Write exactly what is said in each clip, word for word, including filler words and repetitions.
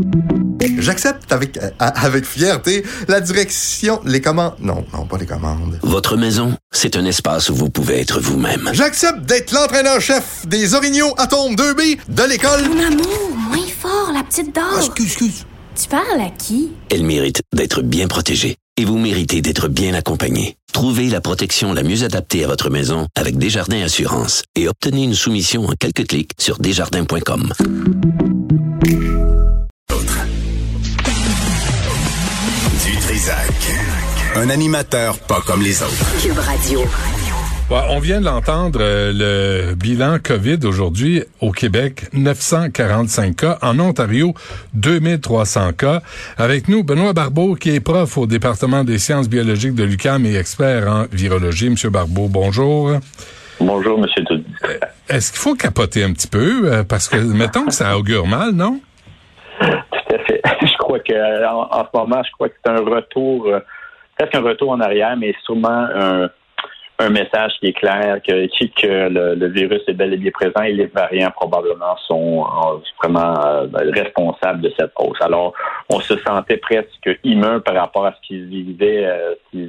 J'accepte avec, euh, avec fierté la direction, les commandes... Non, non, pas les commandes. Votre maison, c'est un espace où vous pouvez être vous-même. J'accepte d'être l'entraîneur-chef des Orignaux Atomes deux B de l'école... Mon amour, moins fort, la petite dame. Ah, excuse, excuse. Tu parles à qui? Elle mérite d'être bien protégée. Et vous méritez d'être bien accompagné. Trouvez la protection la mieux adaptée à votre maison avec Desjardins Assurance et obtenez une soumission en quelques clics sur desjardins point com. Du Trisac. Un animateur pas comme les autres. Cube Radio. Ouais, on vient de l'entendre, euh, le bilan COVID aujourd'hui au Québec, neuf cent quarante-cinq cas. En Ontario, deux mille trois cents cas. Avec nous, Benoît Barbeau, qui est prof au département des sciences biologiques de l'U Q A M et expert en virologie. Monsieur Barbeau, bonjour. Bonjour, Monsieur Tout. Est-ce qu'il faut capoter un petit peu? Parce que, mettons que ça augure mal, non? Tout à fait. Je crois que en, en ce moment, je crois que c'est un retour, euh, presque un retour en arrière, mais sûrement un... un message qui est clair, que, que le, le virus est bel et bien présent et les variants probablement sont euh, vraiment euh, responsables de cette hausse. Alors, on se sentait presque immun par rapport à ce qui vivait, euh, qui,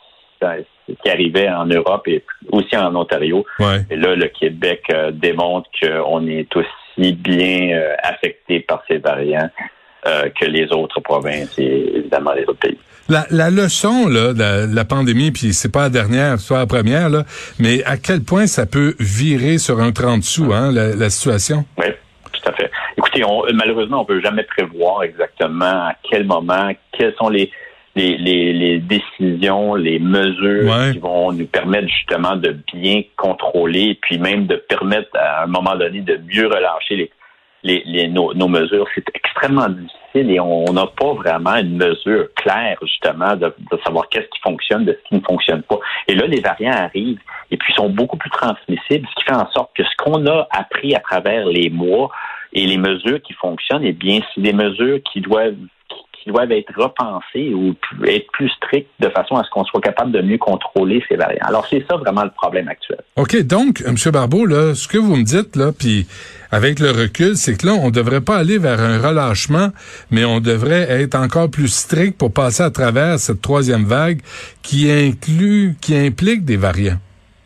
qui arrivait en Europe et aussi en Ontario. Ouais. Et là, le Québec euh, démontre qu'on est aussi bien euh, affecté par ces variants euh, que les autres provinces et évidemment les autres pays. La, la leçon là, de la, de la pandémie, puis c'est pas la dernière, c'est pas la première, là, mais à quel point ça peut virer sur un trente sous, hein, la, la situation? Oui, tout à fait. Écoutez, on, malheureusement, on peut jamais prévoir exactement à quel moment, quelles sont les les, les, les décisions, les mesures ouais. qui vont nous permettre justement de bien contrôler, puis même de permettre à un moment donné de mieux relâcher les Les, les, nos, nos mesures. C'est extrêmement difficile et on n'a pas vraiment une mesure claire, justement, de, de savoir qu'est-ce qui fonctionne, de ce qui ne fonctionne pas. Et là, les variants arrivent et puis sont beaucoup plus transmissibles, ce qui fait en sorte que ce qu'on a appris à travers les mois et les mesures qui fonctionnent, eh bien, c'est des mesures qui doivent qui doivent être repensées ou être plus strictes de façon à ce qu'on soit capable de mieux contrôler ces variants. Alors, c'est ça vraiment le problème actuel. OK, donc, M. Barbeau, là, ce que vous me dites, là, puis avec le recul, c'est que là, on devrait pas aller vers un relâchement, mais on devrait être encore plus strict pour passer à travers cette troisième vague qui inclut, qui implique des variants.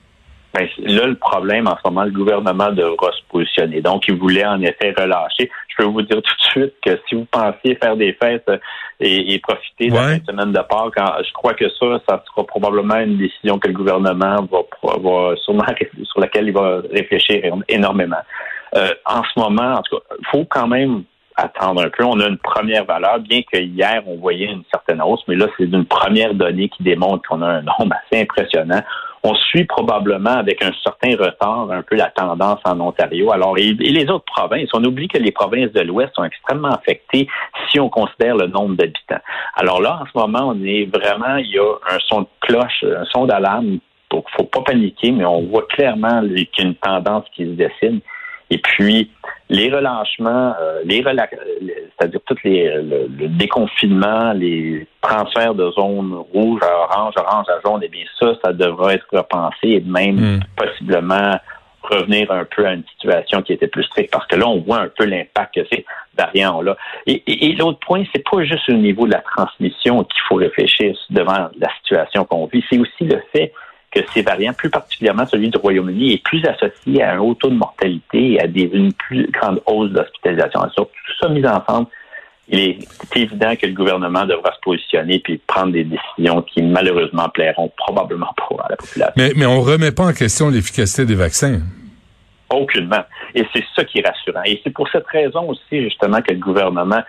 Ben, là, le problème, en ce moment, le gouvernement devra se positionner. Donc, il voulait en effet relâcher. Je peux vous dire tout de suite que si vous pensiez faire des fêtes et, et profiter de ouais. la fin de semaine de Pâques, je crois que ça, ça sera probablement une décision que le gouvernement va, va sûrement, sur laquelle il va réfléchir énormément. Euh, en ce moment, en tout cas, il faut quand même attendre un peu. On a une première valeur, bien que hier, on voyait une certaine hausse, mais là, c'est une première donnée qui démontre qu'on a un nombre assez impressionnant. On suit probablement avec un certain retard un peu la tendance en Ontario. Alors, et, et les autres provinces, on oublie que les provinces de l'Ouest sont extrêmement affectées si on considère le nombre d'habitants. Alors là, en ce moment, on est vraiment, il y a un son de cloche, un son d'alarme. Donc, faut pas paniquer, mais on voit clairement qu'il y a une tendance qui se dessine. Et puis, les relâchements, euh, les rela- c'est-à-dire tout les, le, le déconfinement, les transferts de zones rouges à orange, orange à jaune, eh bien ça, ça devra être repensé et même mmh. possiblement revenir un peu à une situation qui était plus stricte, parce que là, on voit un peu l'impact que ces variants ont là. Et, et, et l'autre point, c'est pas juste au niveau de la transmission qu'il faut réfléchir devant la situation qu'on vit, c'est aussi le fait que ces variants, plus particulièrement celui du Royaume-Uni, est plus associé à un haut taux de mortalité et à des, une plus grande hausse d'hospitalisation. Alors, tout ça mis ensemble, il est évident que le gouvernement devra se positionner puis prendre des décisions qui, malheureusement, plairont probablement pas à la population. Mais, mais on remet pas en question l'efficacité des vaccins. Aucunement. Et c'est ça qui est rassurant. Et c'est pour cette raison aussi, justement, que le gouvernement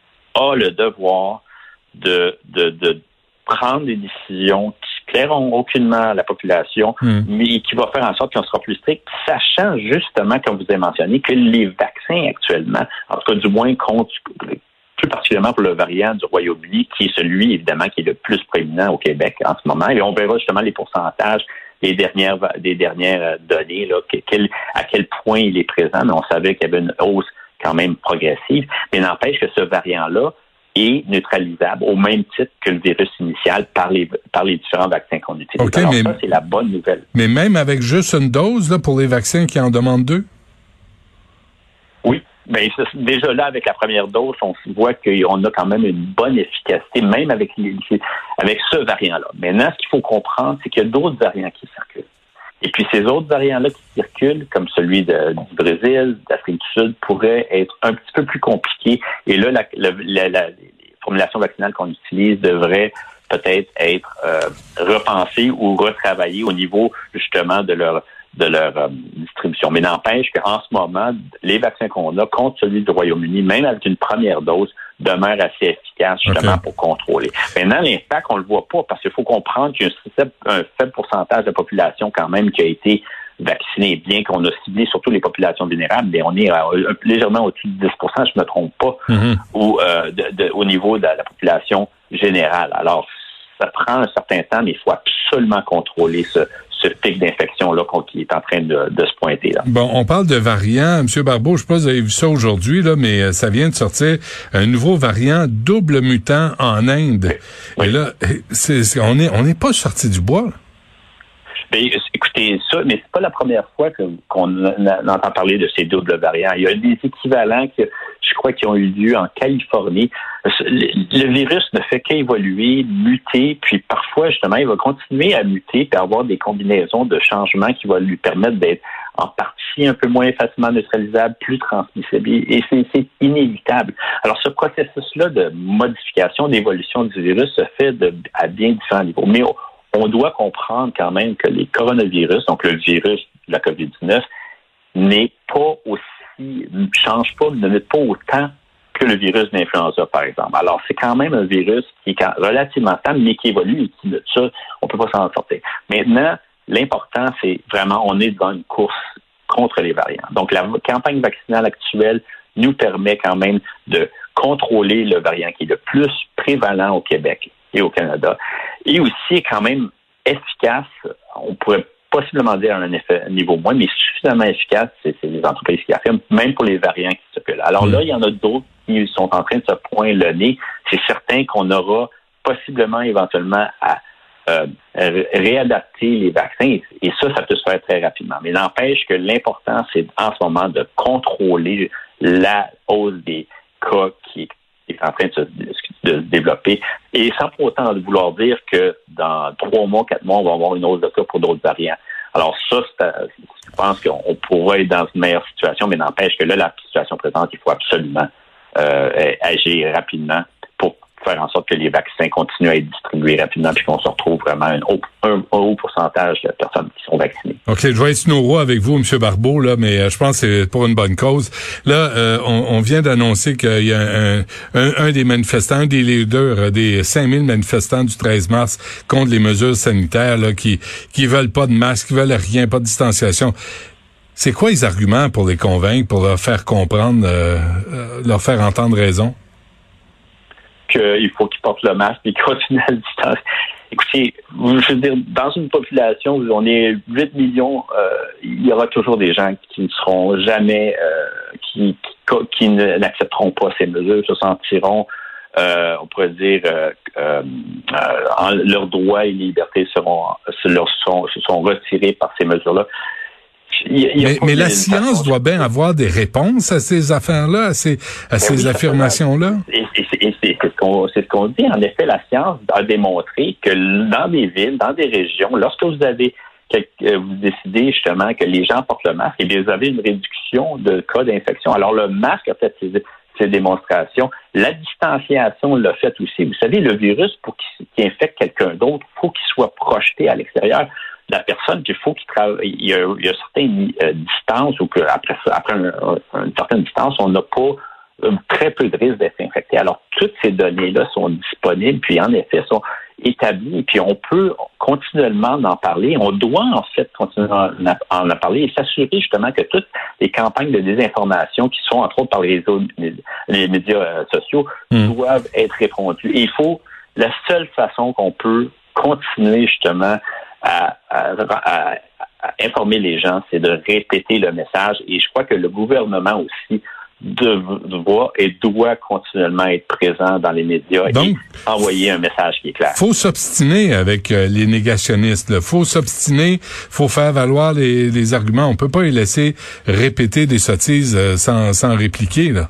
a le devoir de, de, de prendre des décisions qui plairont aucunement à la population, mmh. mais qui va faire en sorte qu'on sera plus strict, sachant justement, comme vous avez mentionné, que les vaccins actuellement, en tout cas du moins contre, plus particulièrement pour le variant du Royaume-Uni, qui est celui, évidemment, qui est le plus prééminent au Québec en ce moment, et on verra justement les pourcentages des dernières des dernières données, là, quel, à quel point il est présent, mais on savait qu'il y avait une hausse quand même progressive, mais n'empêche que ce variant-là est neutralisable au même titre que le virus initial par les, par les différents vaccins qu'on utilise. Okay, Alors mais, ça, c'est la bonne nouvelle. Mais même avec juste une dose là, pour les vaccins qui en demandent deux? Oui, Ben, déjà là, avec la première dose, on voit qu'on a quand même une bonne efficacité, même avec les, avec ce variant-là. Maintenant, ce qu'il faut comprendre, c'est qu'il y a d'autres variants qui circulent. Et puis, ces autres variants-là qui circulent, comme celui de, du Brésil, d'Afrique du Sud, pourraient être un petit peu plus compliqués. Et là, la, la, la, la, les formulations vaccinales qu'on utilise devraient peut-être être euh, repensées ou retravaillées au niveau, justement, de leur de leur euh, distribution. Mais n'empêche qu'en ce moment, les vaccins qu'on a, contre celui du Royaume-Uni, même avec une première dose, demeurent assez efficaces justement okay. pour contrôler. Maintenant, l'impact, on le voit pas parce qu'il faut comprendre qu'il y a un, un faible pourcentage de la population quand même qui a été vaccinée, bien qu'on a ciblé surtout les populations vulnérables, mais on est à, euh, légèrement au-dessus de dix pour cent, je ne me trompe pas, mm-hmm. ou, euh, de, de, au niveau de la, la population générale. Alors, ça prend un certain temps, mais il faut absolument contrôler ce ce pic d'infection-là qui est en train de, de se pointer. Là. Bon, on parle de variants. Monsieur Barbeau, je ne sais pas si vous avez vu ça aujourd'hui, là, mais ça vient de sortir un nouveau variant double mutant en Inde. Oui. Et là, c'est, c'est, on n'est on n'est pas sorti du bois. Là. Bien, écoutez, ça, mais c'est pas la première fois que, qu'on a, entend parler de ces doubles variants. Il y a des équivalents que je crois qui ont eu lieu en Californie. Le, le virus ne fait qu'évoluer, muter, puis parfois, justement, il va continuer à muter puis avoir des combinaisons de changements qui vont lui permettre d'être en partie un peu moins facilement neutralisable, plus transmissible. Et c'est, c'est inévitable. Alors, ce processus-là de modification, d'évolution du virus se fait de, à bien différents niveaux. Mais on doit comprendre quand même que les coronavirus, donc le virus de la covid dix-neuf, n'est pas aussi, ne change pas, ne met pas autant que le virus de l'influenza, par exemple. Alors, c'est quand même un virus qui est relativement stable, mais qui évolue et qui, de ça, on peut pas s'en sortir. Maintenant, l'important, c'est vraiment, on est dans une course contre les variants. Donc, la campagne vaccinale actuelle nous permet quand même de contrôler le variant qui est le plus prévalent au Québec et au Canada, et aussi quand même efficace, on pourrait possiblement dire à un effet un niveau moins, mais suffisamment efficace, c'est, c'est les entreprises qui affirment, même pour les variants qui circulent. Alors là, il y en a d'autres qui sont en train de se pointer le nez. C'est certain qu'on aura possiblement, éventuellement, à euh, réadapter les vaccins, et ça, ça peut se faire très rapidement. Mais n'empêche que l'important, c'est en ce moment de contrôler la hausse des cas qui est en train de se, de se développer. Et sans pour autant vouloir dire que dans trois mois, quatre mois, on va avoir une hausse de cas pour d'autres variants. Alors ça, c'est, je pense qu'on pourrait être dans une meilleure situation, mais n'empêche que là, la situation présente, il faut absolument euh, agir rapidement pour faire en sorte que les vaccins continuent à être distribués rapidement puis qu'on se retrouve vraiment un haut, un, un haut pourcentage de personnes qui sont vaccinées. OK, je vais être snouro avec vous, M. Barbeau, là, mais euh, je pense que c'est pour une bonne cause. Là, euh, on, on vient d'annoncer qu'il y a un, un, un des manifestants, un des leaders, des cinq mille manifestants du treize mars contre les mesures sanitaires, là, qui qui veulent pas de masque, qui veulent rien, pas de distanciation. C'est quoi les arguments pour les convaincre, pour leur faire comprendre, euh, euh, leur faire entendre raison? Qu'il faut qu'ils portent le masque et qu'ils continuent à la distance. Écoutez, je veux dire, dans une population où on est huit millions, euh, il y aura toujours des gens qui ne seront jamais, euh, qui, qui, qui n'accepteront pas ces mesures, se sentiront, euh, on pourrait dire, euh, euh, en, leurs droits et libertés seront, se, leur sont, se sont retirés par ces mesures-là. Il y a, il y a mais mais la science doit bien avoir des réponses à ces affaires-là, à ces, à ces oui, affirmations-là. Et, et, et, et c'est, c'est, ce qu'on, c'est ce qu'on dit. En effet, la science a démontré que dans des villes, dans des régions, lorsque vous avez quelque, vous décidez justement que les gens portent le masque, et bien vous avez une réduction de cas d'infection. Alors le masque a fait ses, ses démonstrations. La distanciation l'a fait aussi. Vous savez, le virus, pour qu'il, qu'il infecte quelqu'un d'autre, il faut qu'il soit projeté à l'extérieur de la personne, puis il faut qu'il travaille. Il y a, il y a certaines euh, distances, ou qu'après après un, un, une certaine distance, on n'a pas euh, très peu de risque d'être infecté. Alors, toutes ces données-là sont disponibles, puis en effet, sont établies, puis on peut continuellement en parler. On doit, en fait, continuer en, en parler et s'assurer justement que toutes les campagnes de désinformation qui sont, entre autres, par les réseaux, les, les médias euh, sociaux, mmh. doivent être répondues. Et il faut, la seule façon qu'on peut continuer justement À, à, à, à informer les gens, c'est de répéter le message. Et je crois que le gouvernement aussi doit et doit continuellement être présent dans les médias. Donc, et envoyer un message qui est clair. Faut s'obstiner avec euh, les négationnistes. Là. Faut s'obstiner, faut faire valoir les, les arguments. On peut pas les laisser répéter des sottises euh, sans, sans répliquer. Là.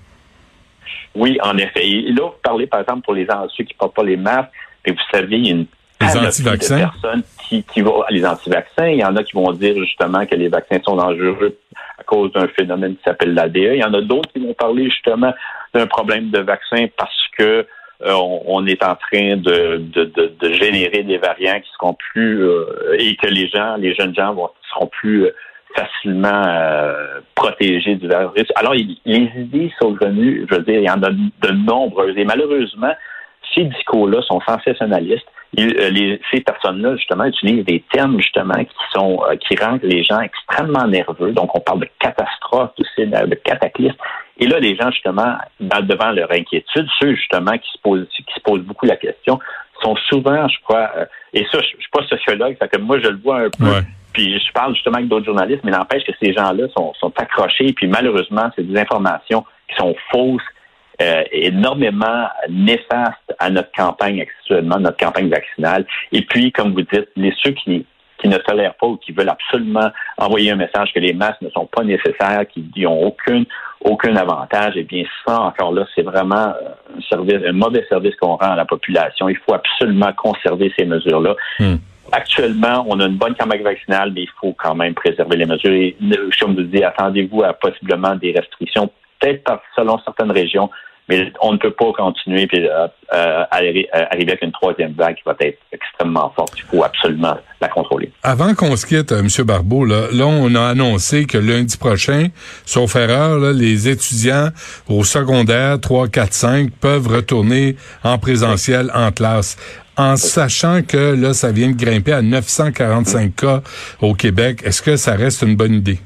Oui, en effet. Et là, vous parlez, par exemple, pour les ceux qui ne portent pas les masques, mais vous savez, il y a une les anti-vaccins. de personnes qui, qui vont, les anti-vaccins, il y en a qui vont dire justement que les vaccins sont dangereux à cause d'un phénomène qui s'appelle l'A D E. Il y en a d'autres qui vont parler justement d'un problème de vaccin parce que euh, on, on est en train de, de, de, de générer des variants qui seront plus euh, et que les gens, les jeunes gens vont seront plus euh, facilement euh, protégés du virus. Alors, il, les idées saugrenues, je veux dire, il y en a de nombreuses. Et malheureusement, ces discours-là sont sensationnalistes. Il, euh, les, ces personnes-là, justement, utilisent des termes, justement, qui sont euh, qui rendent les gens extrêmement nerveux. Donc, on parle de catastrophe, aussi, de, de cataclysme. Et là, les gens, justement, dans, devant leur inquiétude, ceux, justement, qui se posent qui se posent beaucoup la question, sont souvent, je crois, euh, et ça, je, je suis pas sociologue, ça que moi, je le vois un peu, ouais. Puis je parle justement avec d'autres journalistes, mais n'empêche que ces gens-là sont, sont accrochés, puis malheureusement, c'est des informations qui sont fausses, Euh, énormément néfaste à notre campagne actuellement, notre campagne vaccinale. Et puis, comme vous dites, les ceux qui qui ne tolèrent pas ou qui veulent absolument envoyer un message que les masques ne sont pas nécessaires, qui n'ont aucun aucun avantage, eh bien ça, encore là, c'est vraiment un service, un mauvais service qu'on rend à la population. Il faut absolument conserver ces mesures-là. Mm. Actuellement, on a une bonne campagne vaccinale, mais il faut quand même préserver les mesures. Et comme je vous dis, attendez-vous à possiblement des restrictions, peut-être selon certaines régions, mais on ne peut pas continuer puis euh, euh, arriver avec une troisième vague qui va être extrêmement forte. Il faut absolument la contrôler. Avant qu'on se quitte, euh, M. Barbeau, là, là, on a annoncé que lundi prochain, sauf erreur, là, les étudiants au secondaire trois, quatre, cinq peuvent retourner en présentiel en classe. En sachant que là, ça vient de grimper à neuf cent quarante-cinq cas au Québec, est-ce que ça reste une bonne idée?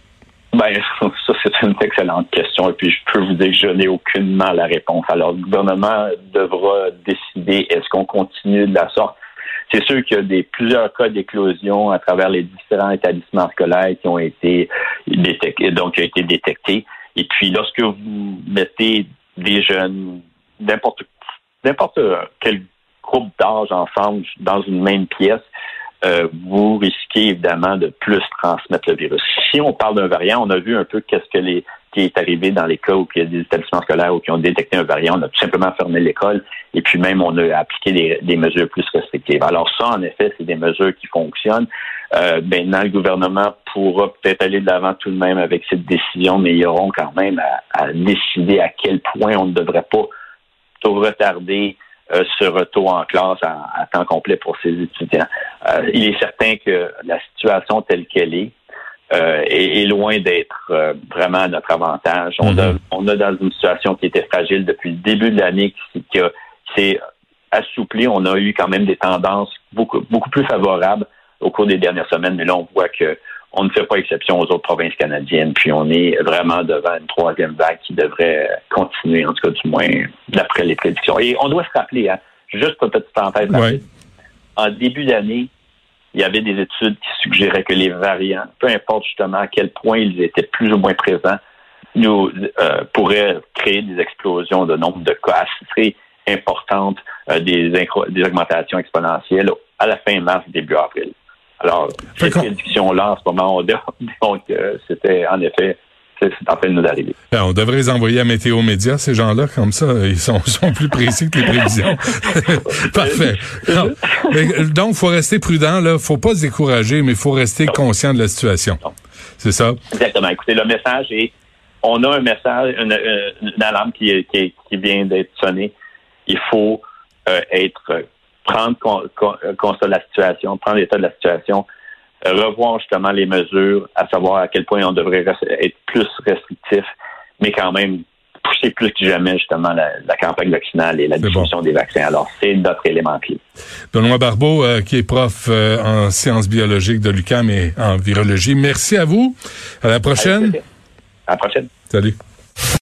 Ben, ça, c'est une excellente question. Et puis, je peux vous dire que je n'ai aucunement la réponse. Alors, le gouvernement devra décider, est-ce qu'on continue de la sorte? C'est sûr qu'il y a des, plusieurs cas d'éclosion à travers les différents établissements scolaires qui ont été détectés, donc, qui ont été détectés. Et puis, lorsque vous mettez des jeunes, n'importe, n'importe quel groupe d'âge ensemble dans une même pièce, Euh, vous risquez évidemment de plus transmettre le virus. Si on parle d'un variant, on a vu un peu qu'est-ce que les qui est arrivé dans les cas où il y a des établissements scolaires où qui ont détecté un variant. On a tout simplement fermé l'école et puis même on a appliqué des, des mesures plus restrictives. Alors ça, en effet, c'est des mesures qui fonctionnent. Euh, maintenant, le gouvernement pourra peut-être aller de l'avant tout de même avec cette décision, mais ils auront quand même à, à décider à quel point on ne devrait pas trop retarder Euh, ce retour en classe à, à temps complet pour ces étudiants. Euh, il est certain que la situation telle qu'elle est euh, est, est loin d'être euh, vraiment à notre avantage. On, mm-hmm. a, on a dans une situation qui était fragile depuis le début de l'année, qui, qui, a, qui s'est assouplie. On a eu quand même des tendances beaucoup, beaucoup plus favorables au cours des dernières semaines, mais là, on voit que on ne fait pas exception aux autres provinces canadiennes, puis on est vraiment devant une troisième vague qui devrait continuer, en tout cas du moins d'après les prédictions. Et on doit se rappeler, hein, juste pour une petite parenthèse, ouais. En début d'année, il y avait des études qui suggéraient que les variants, peu importe justement à quel point ils étaient plus ou moins présents, nous euh, pourraient créer des explosions de nombre de cas assez importantes, euh, des, incro- des augmentations exponentielles à la fin mars, début avril. Alors, cette prédiction-là, en ce moment, on donc euh, c'était en effet, c'est, c'est en train de nous arriver. Ben, on devrait les envoyer à Météo Média, ces gens-là, comme ça, ils sont, sont plus précis que les prévisions. Parfait. Non. Mais, donc, faut rester prudent, là. Faut pas se décourager, mais il faut rester non. conscient de la situation. Non. C'est ça? Exactement. Écoutez, le message est, on a un message, une, une, une alarme qui, qui, qui vient d'être sonnée. Il faut euh, être prendre constat de la situation, prendre l'état de la situation, euh, revoir justement les mesures, à savoir à quel point on devrait être plus restrictif, mais quand même pousser plus que jamais justement la, la campagne vaccinale et la diffusion bon. des vaccins. Alors, c'est notre élément clé. Benoît Barbeau, euh, qui est prof euh, en sciences biologiques de l'U Q A M et en virologie. Merci à vous. À la prochaine. À la prochaine. Salut.